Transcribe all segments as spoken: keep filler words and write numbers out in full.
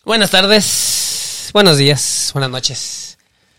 Buenas tardes, buenos días, buenas noches.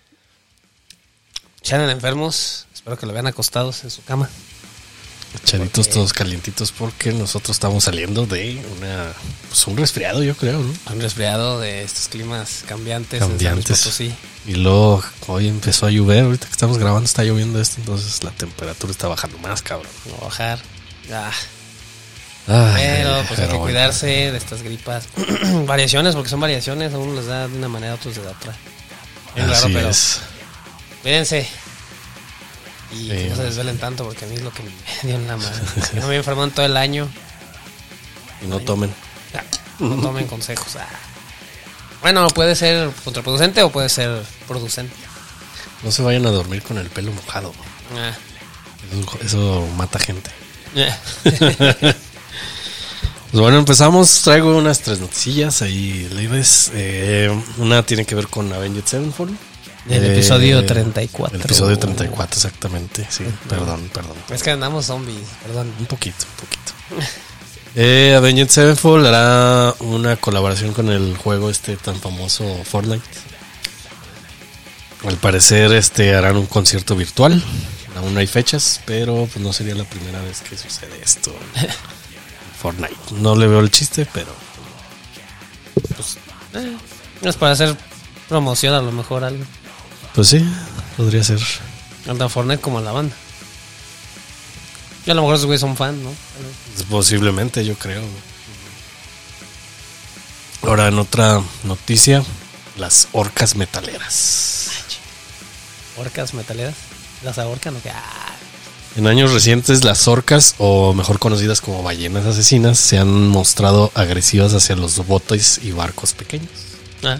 Si andan enfermos, espero que lo vean acostados en su cama. Echaditos porque... todos calientitos porque nosotros estamos saliendo de una pues un resfriado, yo creo, ¿no? Un resfriado de estos climas cambiantes. Cambiantes. Sí. Y luego hoy empezó a llover, ahorita que estamos grabando está lloviendo esto, entonces la temperatura está bajando más, cabrón. No va a bajar. Ah. Ay, pero pues hay que bueno. cuidarse de estas gripas. Variaciones, porque son variaciones, a uno les da de una manera, a otros de otra. Bien claro, Así pero es. Cuídense. Y Sí, que no se desvelen tanto, porque a mí es lo que me dio en la madre. No me enfermó en todo el año. Y no tomen. No tomen consejos. Ah. Bueno, puede ser contraproducente o puede ser producente. No se vayan a dormir con el pelo mojado. Ah. Eso, eso mata gente. Pues bueno, empezamos. Traigo unas tres noticias ahí leves. Eh, una tiene que ver con Avenged Sevenfold. El eh, episodio treinta y cuatro. El episodio treinta y cuatro, exactamente. Sí, uh-huh. perdón, perdón. Es que andamos zombies, perdón. Un poquito, un poquito. eh, Avenged Sevenfold hará una colaboración con el juego este tan famoso Fortnite. Al parecer este harán un concierto virtual. Aún no hay fechas, pero pues no sería la primera vez que sucede esto. Fortnite. No le veo el chiste, pero pues eh, es para hacer promoción a lo mejor algo. Pues sí, podría ser. Tanto Fortnite como la banda. Y a lo mejor esos güeyes son fan, ¿no? Posiblemente, yo creo. Ahora en otra noticia, las orcas metaleras. ¿Orcas metaleras? ¿Las ahorcan o qué? Ah. En años recientes, las orcas, o mejor conocidas como ballenas asesinas, se han mostrado agresivas hacia los botes y barcos pequeños. Ah.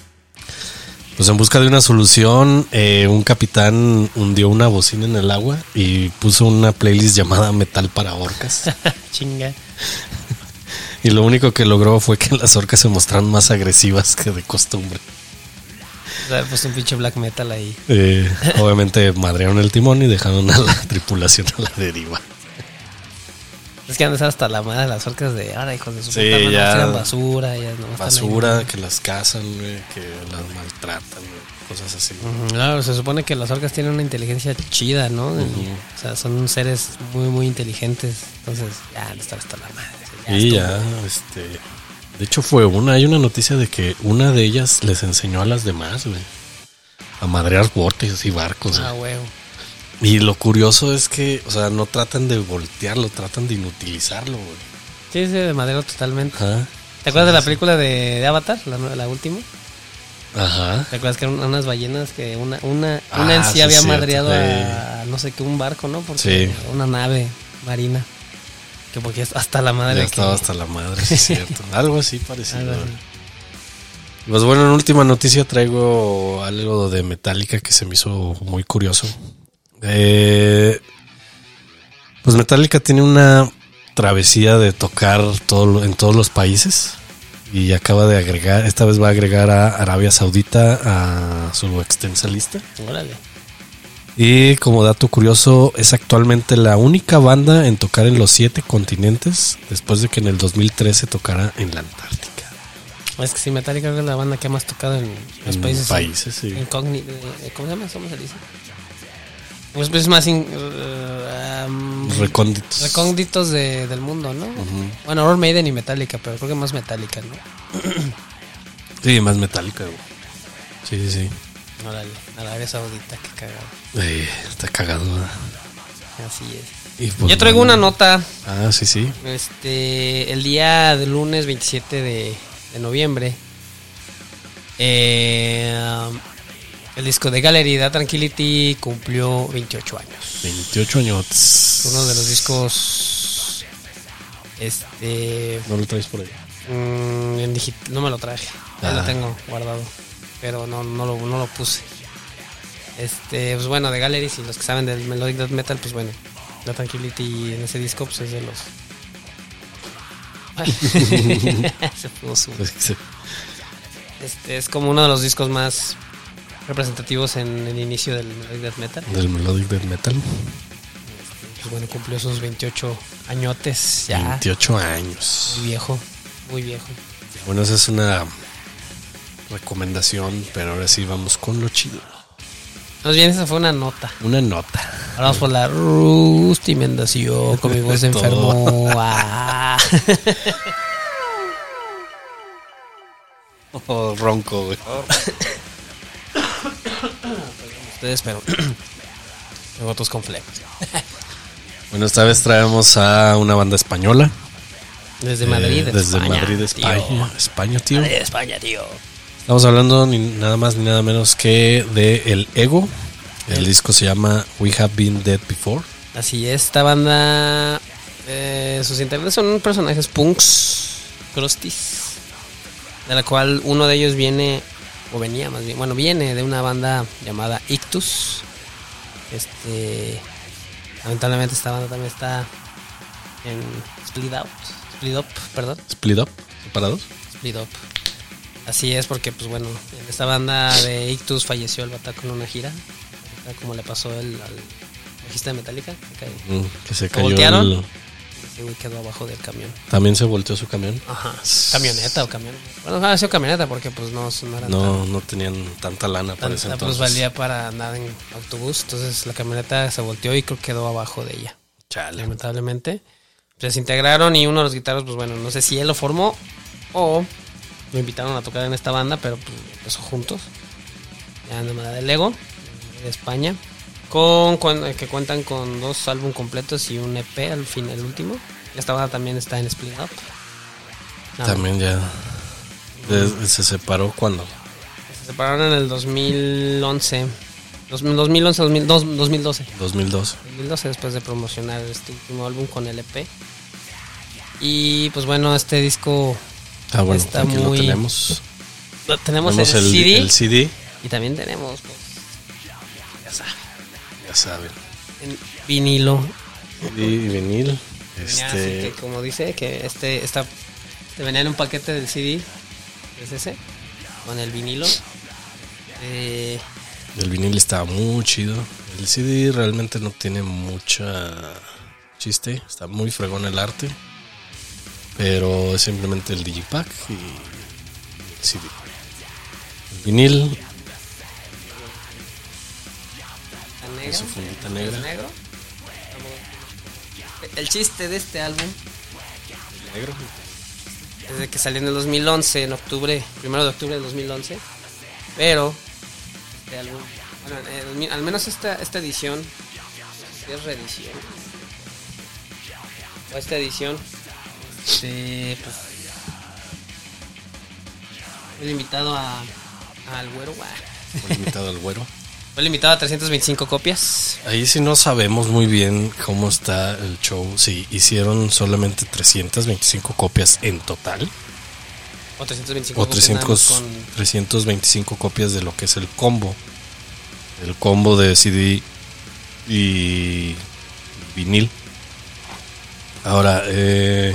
Pues en busca de una solución, eh, un capitán hundió una bocina en el agua y puso una playlist llamada Metal para Orcas. Chinga. Y lo único que logró fue que las orcas se mostraran más agresivas que de costumbre. O sea, pues un pinche black metal ahí. Eh, obviamente madrearon el timón y dejaron a la tripulación a la deriva. Es que han de estar hasta la madre de las orcas de ahora, hijos de su sí, puta, ya, no basura, ya no basura, que las cazan, güey, que las maltratan, güey, cosas así. Uh-huh. Claro, se supone que las orcas tienen una inteligencia chida, ¿no? Uh-huh. O sea, son seres muy, muy inteligentes. Entonces, ya han de estar hasta la madre. Ya y ya, este... De hecho fue una, hay una noticia de que una de ellas les enseñó a las demás, güey, a madrear botes y barcos. Ah, güey. Y lo curioso es que, o sea, no tratan de voltearlo, tratan de inutilizarlo, güey. Sí, sí, de madero totalmente. Ajá. ¿Te acuerdas sí, de la película de, de Avatar, la, la última? Ajá. ¿Te acuerdas que eran unas ballenas que una una, ah, una en sí, sí había cierto, madreado sí. a no sé qué, un barco, ¿no? Porque sí. Una nave marina. Que porque hasta la madre. Ya que... estaba hasta la madre, sí es cierto. Algo así parecido. Algo así. Pues bueno, en última noticia traigo algo de Metallica que se me hizo muy curioso. Eh, pues Metallica tiene una travesía de tocar todo, en todos los países y acaba de agregar, esta vez va a agregar a Arabia Saudita a su extensa lista. Órale. Y como dato curioso, es actualmente la única banda en tocar en los siete continentes después de que en el dos mil trece tocara en la Antártica. Es que sí, Metallica es la banda que más tocado en los en países. países sí. Incogni- ¿Cómo se llama? ¿Cómo se dice? Los países más in, uh, um, recónditos. Recónditos de, del mundo, ¿no? Uh-huh. Bueno, Iron Maiden y Metallica, pero creo que más Metallica, ¿no? Sí, más Metallica, güey. Sí, sí, sí. Órale, Arabia Saudita, qué cagado. Eh, está cagado, ¿verdad? Así es. Y pues, yo traigo bueno, una nota. Ah, sí, sí. Este, el día del lunes veintisiete de, de noviembre, eh, el disco de Gallery, Da Tranquility, cumplió veintiocho años. veintiocho años. Uno de los discos. Este. ¿No lo traes por ahí? Mmm, en digital, no me lo traje. Ya ah. lo tengo guardado. Pero no, no, lo, no lo puse. Este, pues bueno, de Gallery, si los que saben del Melodic Death Metal, pues bueno, Da Tranquility en ese disco, pues es de los. Se puso. Este es como uno de los discos más representativos en el inicio del Melodic Death Metal. Del Melodic Death Metal. Este, pues bueno, cumplió sus veintiocho añotes ya. veintiocho años. Muy viejo, muy viejo. Bueno, esa es una recomendación, pero ahora sí vamos con lo chido. Más bien, esa fue una nota. Una nota. Ahora vamos por la rustimendación con mi voz de enfermo. Ah. Oh, ronco, güey. Ustedes, pero luego otros con flemas. Bueno, esta vez traemos a una banda española. Desde Madrid, eh, desde España, Madrid, España, tío. España, tío. Madrid, España, tío. Estamos hablando ni nada más ni nada menos que de El Ego. El El- disco se llama We Have Been Dead Before. Así es, esta banda, eh, sus integrantes son personajes punks, crusties, de la cual uno de ellos viene, o venía más bien, bueno, viene de una banda llamada Ictus. Este, lamentablemente esta banda también está en Split Out, Split Up, perdón, Split Up, separados. Split Up. Así es porque, pues bueno, en esta banda de Ictus falleció el bata con una gira, como le pasó el, al bajista de Metallica, que cayó. Mm, que se ¿Se cayó. voltearon? el- Ese güey quedó abajo del camión. También se volteó su camión. Ajá. Camioneta o camión. Bueno, ha sido camioneta porque pues no, no eran No, no tenían tanta lana tan, para ese tanta entonces. plusvalía para andar en autobús. Entonces la camioneta se volteó y creo que quedó abajo de ella. Chale. Lamentablemente. Se desintegraron y uno de los guitarros, pues bueno, no sé si él lo formó o lo invitaron a tocar en esta banda, pero pues empezó juntos. Ya en la manera de Lego, de España. Con, con- que cuentan con dos álbum completos y un E P al fin, el último. Esta banda también está en Split Up. Nada, También ya. de- se separó cuando. se separaron en el dos mil once. Dos- dos mil once, dos mil doce, dos mil doce. dos mil dos. dos mil doce, después de promocionar este último álbum con el E P. Y pues bueno, este disco Ah, bueno, Está aquí muy- lo tenemos. lo tenemos, Tenemos en el, el, C D el C D. y también tenemos, pues, ya sabes, Ya saben. en vinilo. C D y vinil. Venía así Este. que, como dice, que este esta, te venía en un paquete del C D, es ese, con el vinilo. Eh, El vinil está muy chido. El C D realmente no tiene mucha chiste. Está muy fregón el arte. Pero es simplemente el Digipack y el C D. El vinil, está negro, su fundita es negra. negro. El chiste de este álbum negro. es de que salió en el dos mil once, en octubre, primero de octubre del dos mil once. Pero este álbum, bueno, eh, dos mil al menos esta, esta edición, si es reedición, o esta edición, este, pues, fue limitado a, al güero, guau. Fue limitado al güero. Fue limitado a trescientas veinticinco copias. Ahí sí no sabemos muy bien cómo está el show. Si hicieron solamente trescientas veinticinco copias en total. O trescientas veinticinco O copias nada más trescientas con, trescientas veinticinco copias de lo que es el combo. El combo de C D y vinil. Ahora, eh,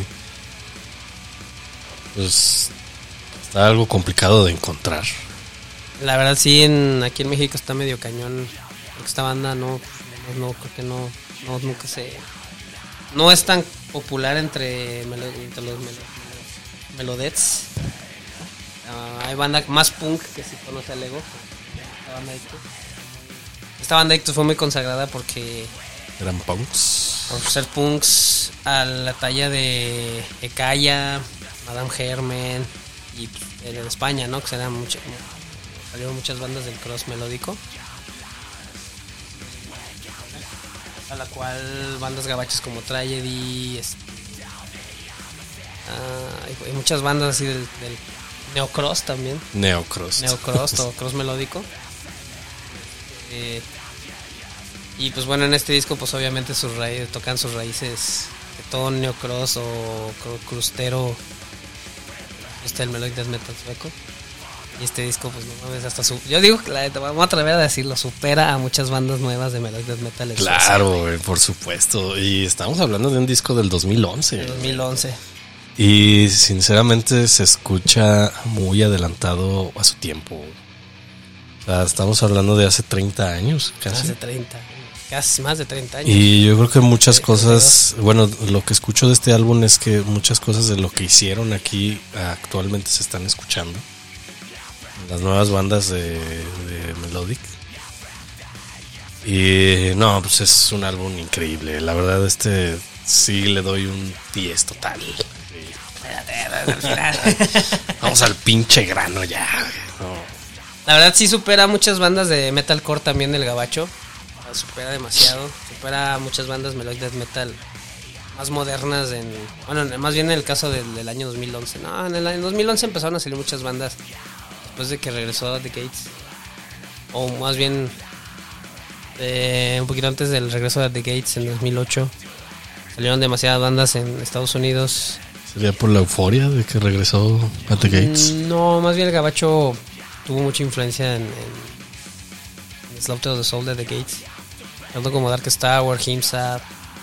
pues está algo complicado de encontrar. la verdad sí, en, aquí en México está medio cañón, porque esta banda no, no, no, creo que no, no, nunca se, no es tan popular entre, melo- entre los melo- melodets. Ah, hay banda más punk que si conoce al Ego. Esta banda Ictus. Esta banda Ictus fue muy consagrada porque Eran punks. por ser punks a la talla de Ekaya, Madame Germen y pues, en España, ¿no? Que salieron, mucho, salieron muchas bandas del cross melódico. A la cual bandas gabachas como Tragedy, este, ah, hay, hay muchas bandas así del, del neocross también. Neocross. Neocross o cross melódico. Eh, y pues bueno, en este disco pues obviamente sus raíces, tocan sus raíces de todo neocross o cru- crustero, este el melodic death metal sueco. Y este disco pues no mames, hasta su, yo digo que la neta, vamos a atrever a decirlo, supera a muchas bandas nuevas de melodic death metal en Suecia, Claro, güey, por supuesto. Y estamos hablando de un disco del dos mil once. de dos mil once. Y sinceramente se escucha muy adelantado a su tiempo. O sea, estamos hablando de hace treinta años casi. Hace treinta, casi más de treinta años. Y yo creo que muchas Sí, cosas, bueno, lo que escucho de este álbum es que muchas cosas de lo que hicieron aquí actualmente se están escuchando. las nuevas bandas de, de Melodic. Y no, pues es un álbum increíble. La verdad, este sí le doy un diez total. Vamos al pinche grano ya. No. La verdad sí supera muchas bandas de metalcore también el gabacho. Supera demasiado. Supera muchas bandas melodic death metal más modernas en, bueno, más bien en el caso del, del año dos mil once. No, en el año dos mil once empezaron a salir muchas bandas después de que regresó The Gates. O más bien eh, un poquito antes del regreso de The Gates en dos mil ocho. Salieron demasiadas bandas en Estados Unidos. ¿Sería por la euforia de que regresó a The Gates? No, más bien el gabacho tuvo mucha influencia en, en, en Slaughter of the Soul de The Gates. Tanto como Darkest Tower, Himsa,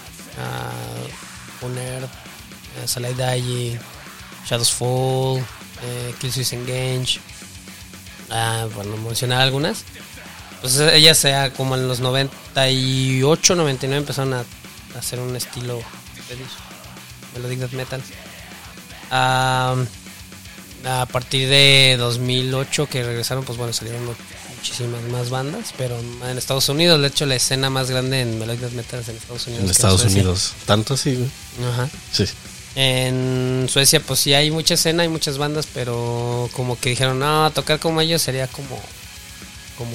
uh, Unearth, uh, Salai Dayi, Shadows Fall, uh, Killswitch Engage. Uh, bueno, mencionar algunas. Pues ellas sea como en los noventa y ocho, noventa y nueve empezaron a, a hacer un estilo melodic death metal. Uh, a partir de dos mil ocho que regresaron, pues bueno, salieron muchísimas más bandas, pero en Estados Unidos, de hecho la escena más grande en melodic death metal es en Estados Unidos. En Estados en Unidos, tanto así, güey. Ajá. Sí. En Suecia pues sí hay mucha escena, hay muchas bandas, pero como que dijeron, no, tocar como ellos sería como como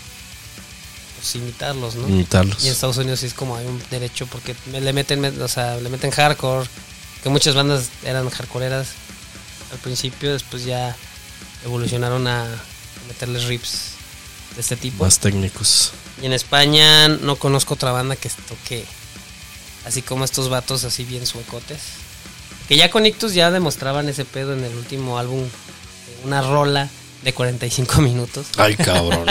pues imitarlos, ¿no? Imitarlos. Y en Estados Unidos sí es como hay un derecho porque le meten, o sea, le meten hardcore, que muchas bandas eran hardcoreeras al principio, después ya evolucionaron a meterles riffs de este tipo. Más técnicos. Y en España no conozco otra banda que toque así como estos vatos así bien suecotes. Que ya con Ictus ya demostraban ese pedo en el último álbum, una rola de cuarenta y cinco minutos. Ay, cabrón.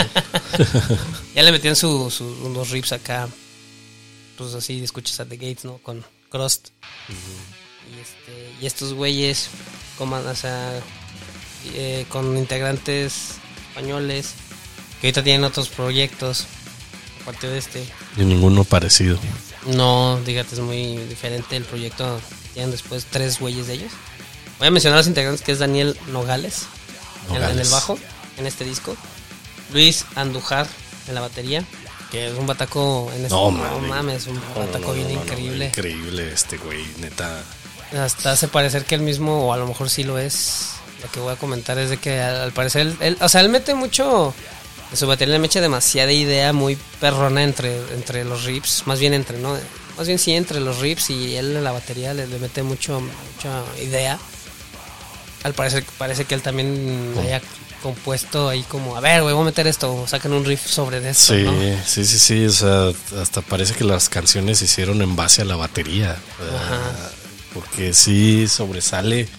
Ya le metían su, su, unos riffs acá, pues así escuchas a The Gates, ¿no? Con Crust. Uh-huh. Y, este, y estos güeyes, como, o sea, eh, con integrantes españoles, que ahorita tienen otros proyectos, aparte de este. Y ninguno parecido. No, dígate, es muy diferente el proyecto. Tienen después tres güeyes de ellos. Voy a mencionar a los integrantes, que es Daniel Nogales, Nogales. En, en el bajo, en este disco. Luis Andújar en la batería, que es un bataco en este, no, no mames, un no, bataco no, no, bien no, increíble. No, increíble este güey, neta. Hasta hace parecer que él mismo, o a lo mejor sí lo es. Lo que voy a comentar es de que al, al parecer él, él, o sea, él mete mucho de su batería, le mete demasiada idea muy perrona entre, entre los riffs, más bien entre, no, más bien sí entre los riffs, y él en la batería le, le mete mucho mucha idea. Al parecer parece que él también oh. haya compuesto ahí como, a ver, güey, voy a meter esto, sacan un riff sobre esto, sí, ¿no? Sí, sí, sí, o sea, hasta parece que las canciones se hicieron en base a la batería. Ajá. Porque sí sobresale.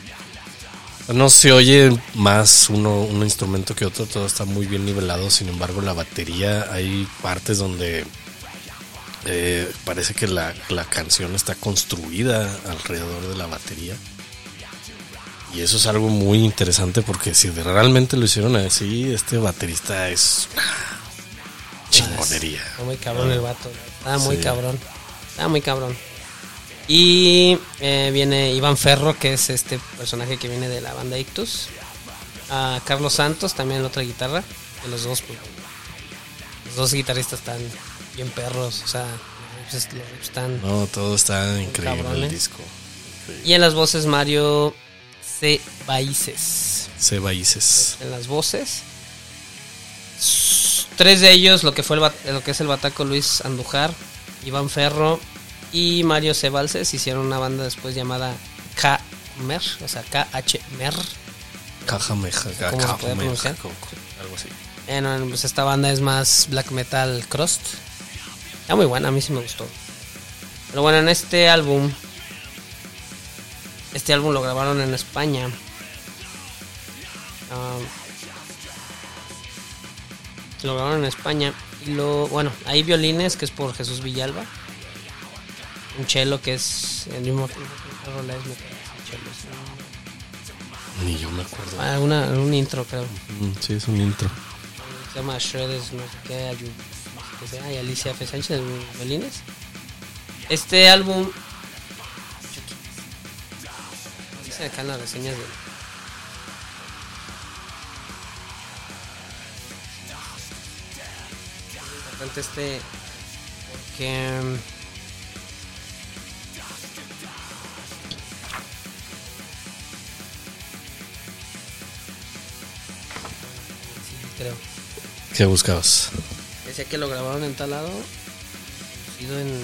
No se oye más uno un instrumento que otro, todo está muy bien nivelado. Sin embargo, la batería, hay partes donde eh, parece que la, la canción está construida alrededor de la batería. Y eso es algo muy interesante, porque si realmente lo hicieron así, este baterista es una chingonería. Está muy cabrón el vato. Está muy sí. cabrón. Está muy cabrón. Y eh, viene Iván Ferro, que es este personaje que viene de la banda Ictus. A Carlos Santos, también en otra guitarra. De los dos, los dos guitarristas están bien perros. O sea, los están. No, todo está increíble en el disco. Increíble. Y en las voces, Mario C. Baices. C. Baices. En las voces. Tres de ellos, lo que fue el, lo que es el bataco, Luis Andújar, Iván Ferro y Mario Cebalces, hicieron una banda después llamada K-Mer, o sea, K-H-Mer. K-H-Mer, ¿cómo se puede pronunciar? Algo así. Bueno, pues esta banda es más black metal crust. Está muy buena, a mí sí me gustó. Pero bueno, en este álbum, este álbum lo grabaron en España. Um, lo grabaron en España. Y lo, bueno, hay violines, que es por Jesús Villalba. Un cello, que es el mismo ni yo me acuerdo. Ah, una, un intro, creo. Sí, es un intro. Se llama Shredders, no sé qué, hay, no sé qué, hay Alicia F. Sánchez, violines. Este álbum, dice acá en las reseñas de importante este, porque sí, creo. ¿Qué buscabas? Decía que lo grabaron en tal lado, producido en...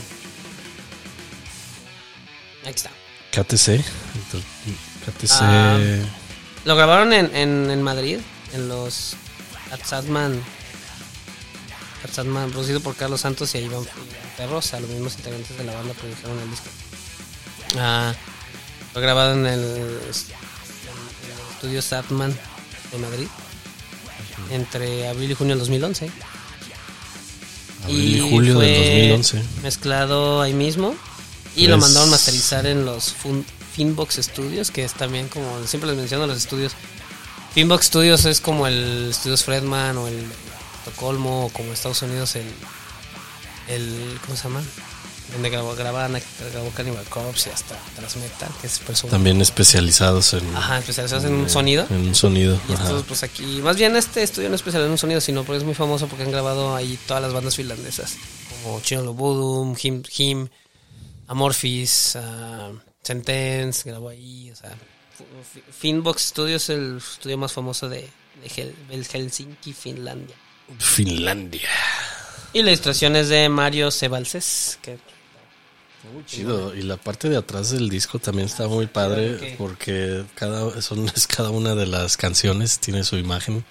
Aquí está. K T C. K T C. Ah, lo grabaron en, en, en Madrid, en los Atzadman. Atzadman, producido por Carlos Santos y Iván Perros, a los mismos integrantes de la banda produjeron el disco. Ah, fue grabado en el, en el estudio Satman de Madrid entre abril y junio del dos mil once. Abril y julio del dos mil once. Mezclado ahí mismo. Y pues lo mandaron masterizar en los Fun, Finbox Studios, que es también como, siempre les menciono los estudios. Finbox Studios es como el Estudios Fredman o el Estocolmo, o como Estados Unidos el, el ¿cómo se llama? Donde grabó, grababan, grabó Cannibal Corpse y hasta Transmetal, que es persona. También especializados en... Ajá, especializados en un sonido. En un sonido, y ajá. estos, pues aquí, más bien este estudio no es especializado en un sonido, sino porque es muy famoso porque han grabado ahí todas las bandas finlandesas, como Chino Lobodum, Him, Him Amorphis, uh, Sentence, grabó ahí, o sea, Finbox Studios es el estudio más famoso de, de Hel, el Helsinki, Finlandia. Finlandia. Y la ilustración es de Mario Cebalces, que muy chido. Y la parte de atrás del disco también está muy padre, okay, porque cada son es cada una de las canciones tiene su imagen.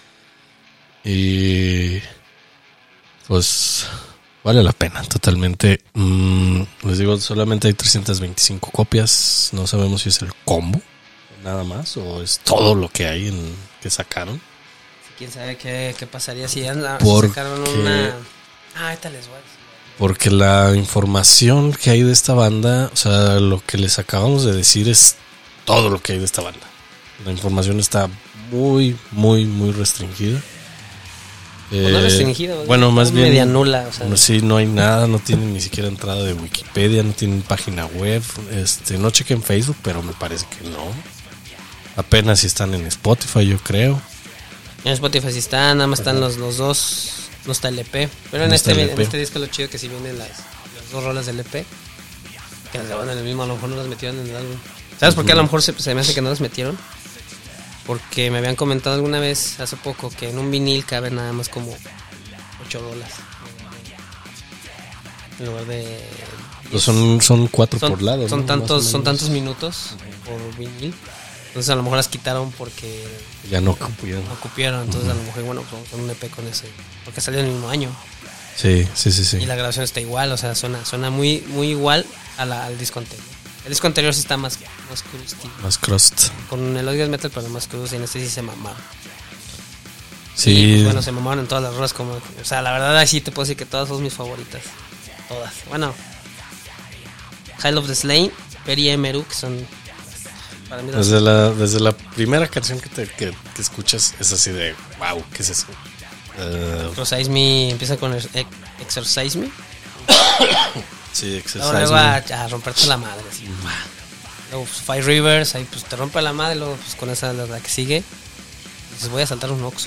Y pues vale la pena totalmente. Mm, les digo, solamente hay trescientas veinticinco copias. No sabemos si es el combo nada más o es todo lo que hay en que sacaron. Quién sabe qué, qué pasaría si ya sacaron una... Ah, ahorita les voy a decir. Porque la información que hay de esta banda, o sea, lo que les acabamos de decir es todo lo que hay de esta banda. La información está muy, muy, muy restringida. Eh, no restringida, bueno, más bien media nula. O sea. No, sí, no hay nada, no tienen ni siquiera entrada de Wikipedia, no tienen página web. Este, no chequen Facebook, pero me parece que no. Apenas si están en Spotify, yo creo. En Spotify sí están, nada más están los, los dos, no está el E P. Pero en, no este, en este disco lo chido que sí vienen las, las dos rolas del E P. Que las graban en el mismo, a lo mejor no las metieron en el álbum. ¿Sabes por qué a lo mejor se, se me hace que no las metieron? Porque me habían comentado alguna vez, hace poco, que en un vinil cabe nada más como ocho rolas. En lugar de... Pues son, son cuatro son, por lado. Son, ¿no? tantos, son tantos minutos por vinil. Entonces a lo mejor las quitaron porque ya no cupieron. No cupieron, entonces uh-huh. a lo mejor, bueno, pues con un E P con ese, porque salió en el mismo año. Sí, sí, sí, sí. Y la grabación está igual, o sea, suena, suena muy, muy igual a la, al disco anterior. El disco anterior sí está más, más crusty. Más crust. Con el Odious Metal, pero más crust, y en este sí se mamaron. Sí. Y, pues, bueno, se mamaron en todas las rolas, como, o sea, la verdad así te puedo decir que todas son mis favoritas. Todas. Bueno, Hell of the Slain, Peri Emeru, que son... Desde la, desde la primera canción que, te, que, que escuchas es así de wow, ¿qué es eso? Uh, Exorcise Me, empieza con el, Exorcise Me. Sí, Exorcise luego, luego a, a romperte la madre. Así. Mm. Luego pues, Five Rivers, ahí pues te rompe la madre, luego pues con esa la, la que sigue. Dices, voy a saltar un Oxxo.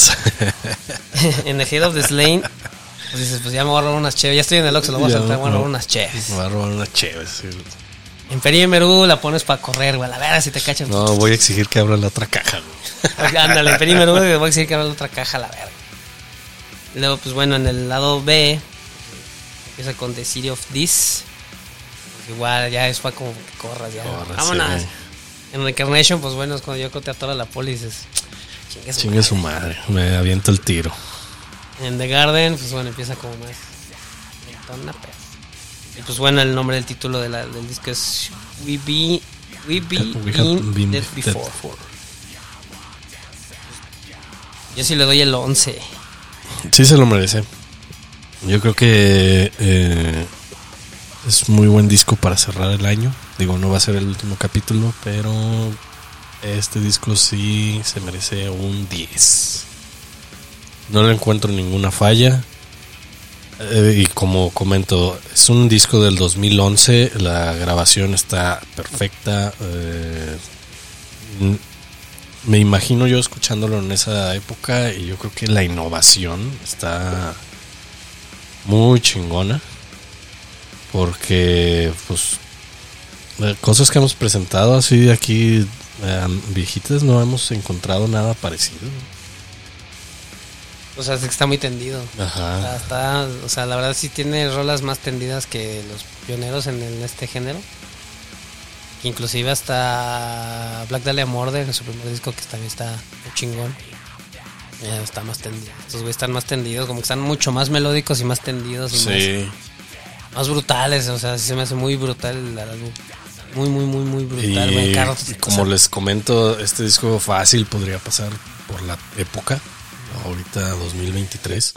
En The Head of the Slain, pues dices, pues ya me voy a robar unas cheves. Ya estoy en el Oxxo, lo voy a saltar, me voy a robar unas cheves. Me voy a robar unas cheves, sí. En Peri Emeru la pones para correr, güey. A ver si te cachan. No, voy a exigir que abran la otra caja, güey. Ándale, en Peri Emeru voy a exigir que abran la otra caja, la verga. Luego, pues bueno, en el lado B empieza con The City of This. Pues igual, ya es para como que corras, ya. Corras, vámonos. Sí. En Reincarnation, pues bueno, es cuando yo creo te atora la poli y dices, chingue su, chingue su madre, me aviento el tiro. En The Garden, pues bueno, empieza como más. Una perra. Y pues bueno, el nombre del título de la, del disco es We Be, We Be We In been Dead Before. Dead before. Yo sí le doy el once. Sí se lo merece. Yo creo que eh, es muy buen disco para cerrar el año. Digo, no va a ser el último capítulo, pero este disco sí se merece un diez. No le encuentro ninguna falla. Eh, y como comento, es un disco del dos mil once, la grabación está perfecta. Eh, me imagino yo escuchándolo en esa época y yo creo que la innovación está muy chingona. Porque, pues, cosas que hemos presentado así de aquí, eh, viejitas, no hemos encontrado nada parecido. O sea, es que está muy tendido. Ajá. O sea, está, o sea, la verdad sí tiene rolas más tendidas que los pioneros en, el, en este género. Inclusive hasta Black Dahlia Murder, en su primer disco, que también está muy chingón. Ya está más tendido. Estos güeyes están más tendidos, como que están mucho más melódicos y más tendidos y sí. más, más brutales. O sea, sí se me hace muy brutal el álbum. Muy, muy, muy, muy brutal. Y buen carro, como o sea, les comento, este disco fácil podría pasar por la época, ahorita dos mil veintitrés,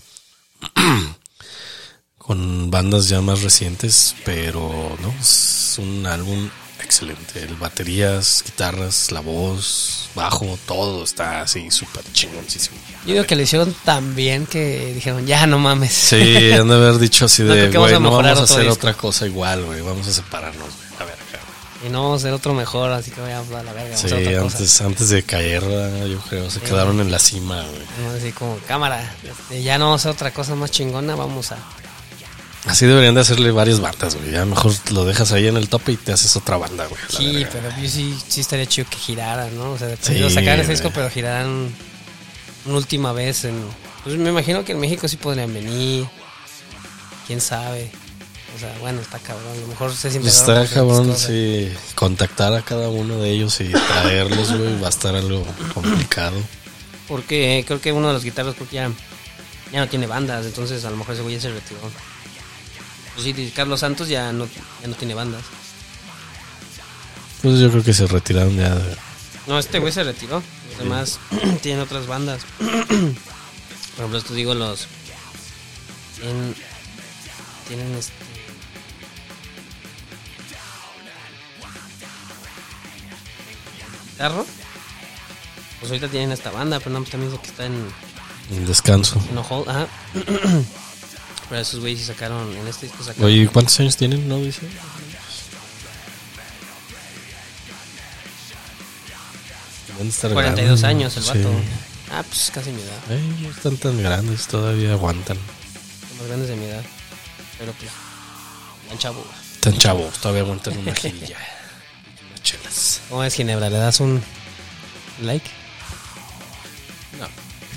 con bandas ya más recientes, pero no, es un álbum excelente. El baterías, guitarras, la voz, bajo, todo está así súper chingoncísimo. yo digo que lo hicieron tan bien que dijeron, ya no mames. Sí, han de haber dicho así No, de, creo que vamos güey, a no mejorar vamos a otro hacer disco. otra cosa igual, güey, vamos a separarnos, güey. A ver, acá. Y no vamos a hacer otro mejor, así que voy a dar la verga. Vamos Sí, a hacer otra antes, cosa. antes de caer, yo creo, se Sí. quedaron en la cima, güey. No, así como, cámara, este, ya no vamos a hacer otra cosa más chingona, vamos a... Así deberían de hacerle varias bandas, güey. Ya mejor lo dejas ahí en el tope y te haces otra banda, güey. la Sí, verga. pero yo sí, sí estaría chido que giraran, ¿no? O sea, de Sí, perdido sacar ese disco, güey. pero giraran una última vez en... Pues me imagino que en México sí podrían venir, quién sabe. O sea, bueno, está cabrón, a lo mejor se siente... Está cabrón, sí. Contactar a cada uno de ellos y traerlos, güey, va a estar algo complicado. Porque creo que uno de los guitarros creo que ya, ya no tiene bandas, entonces a lo mejor ese güey ya se retiró. Pues sí, Carlos Santos ya no, ya no tiene bandas. Pues yo creo que se retiraron ya. De... No, este güey se retiró. Los demás tienen otras bandas. Por ejemplo, esto digo los... Tienen, tienen este... ¿Guitarro? Pues ahorita tienen esta banda, pero no, pues también dice que está en... en descanso. En Ojol, ajá. Pero esos güeyes sí sacaron, en este disco sacaron... Oye, ¿cuántos años tienen? ¿No dice? Deben estar cuarenta y dos grandes, años el sí. vato. Ah, pues casi mi edad. Ay, no están tan grandes, todavía aguantan. Son más grandes de mi edad. Pero pues, tan chavo. Tan chavos, todavía aguantan una girilla. Unas chelas. ¿Cómo es, Ginebra? ¿Le das un like? No.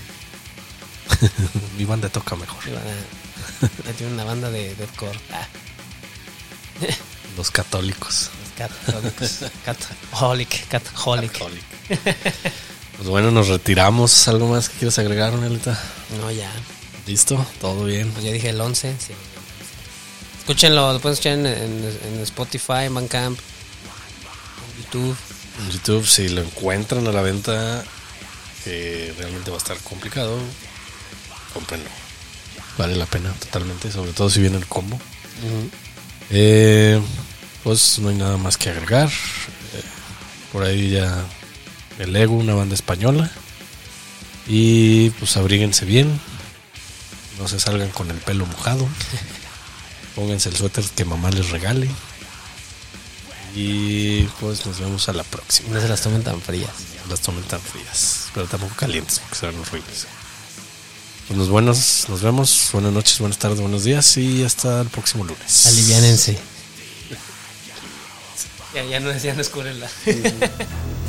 Mi banda toca mejor. Sí, van a- ya tiene una banda de deathcore. Ah, Los católicos. los católicos. Catholic, catholic. Catholic. Pues bueno, nos retiramos. ¿Algo más que quieras agregar, Nelita? No, ya. ¿Listo? ¿Todo bien? Pues ya dije el once. Sí. Escúchenlo, lo pueden escuchar en, en, en Spotify, en Bandcamp, en YouTube. En YouTube, si lo encuentran a la venta, que realmente va a estar complicado, cómprenlo. Vale la pena totalmente, sobre todo si viene el combo. Uh-huh. Eh, pues no hay nada más que agregar. Eh, por ahí ya el Ego, una banda española. Y pues abríguense bien. No se salgan con el pelo mojado. Pónganse el suéter que mamá les regale. Y pues nos vemos a la próxima. No se las tomen tan frías. Las tomen tan frías, pero tampoco calientes porque serán horribles. Pues nos, buenos, nos vemos. Buenas noches, buenas tardes, buenos días y hasta el próximo lunes. Aliviánense. Ya, ya no decían escúrenla.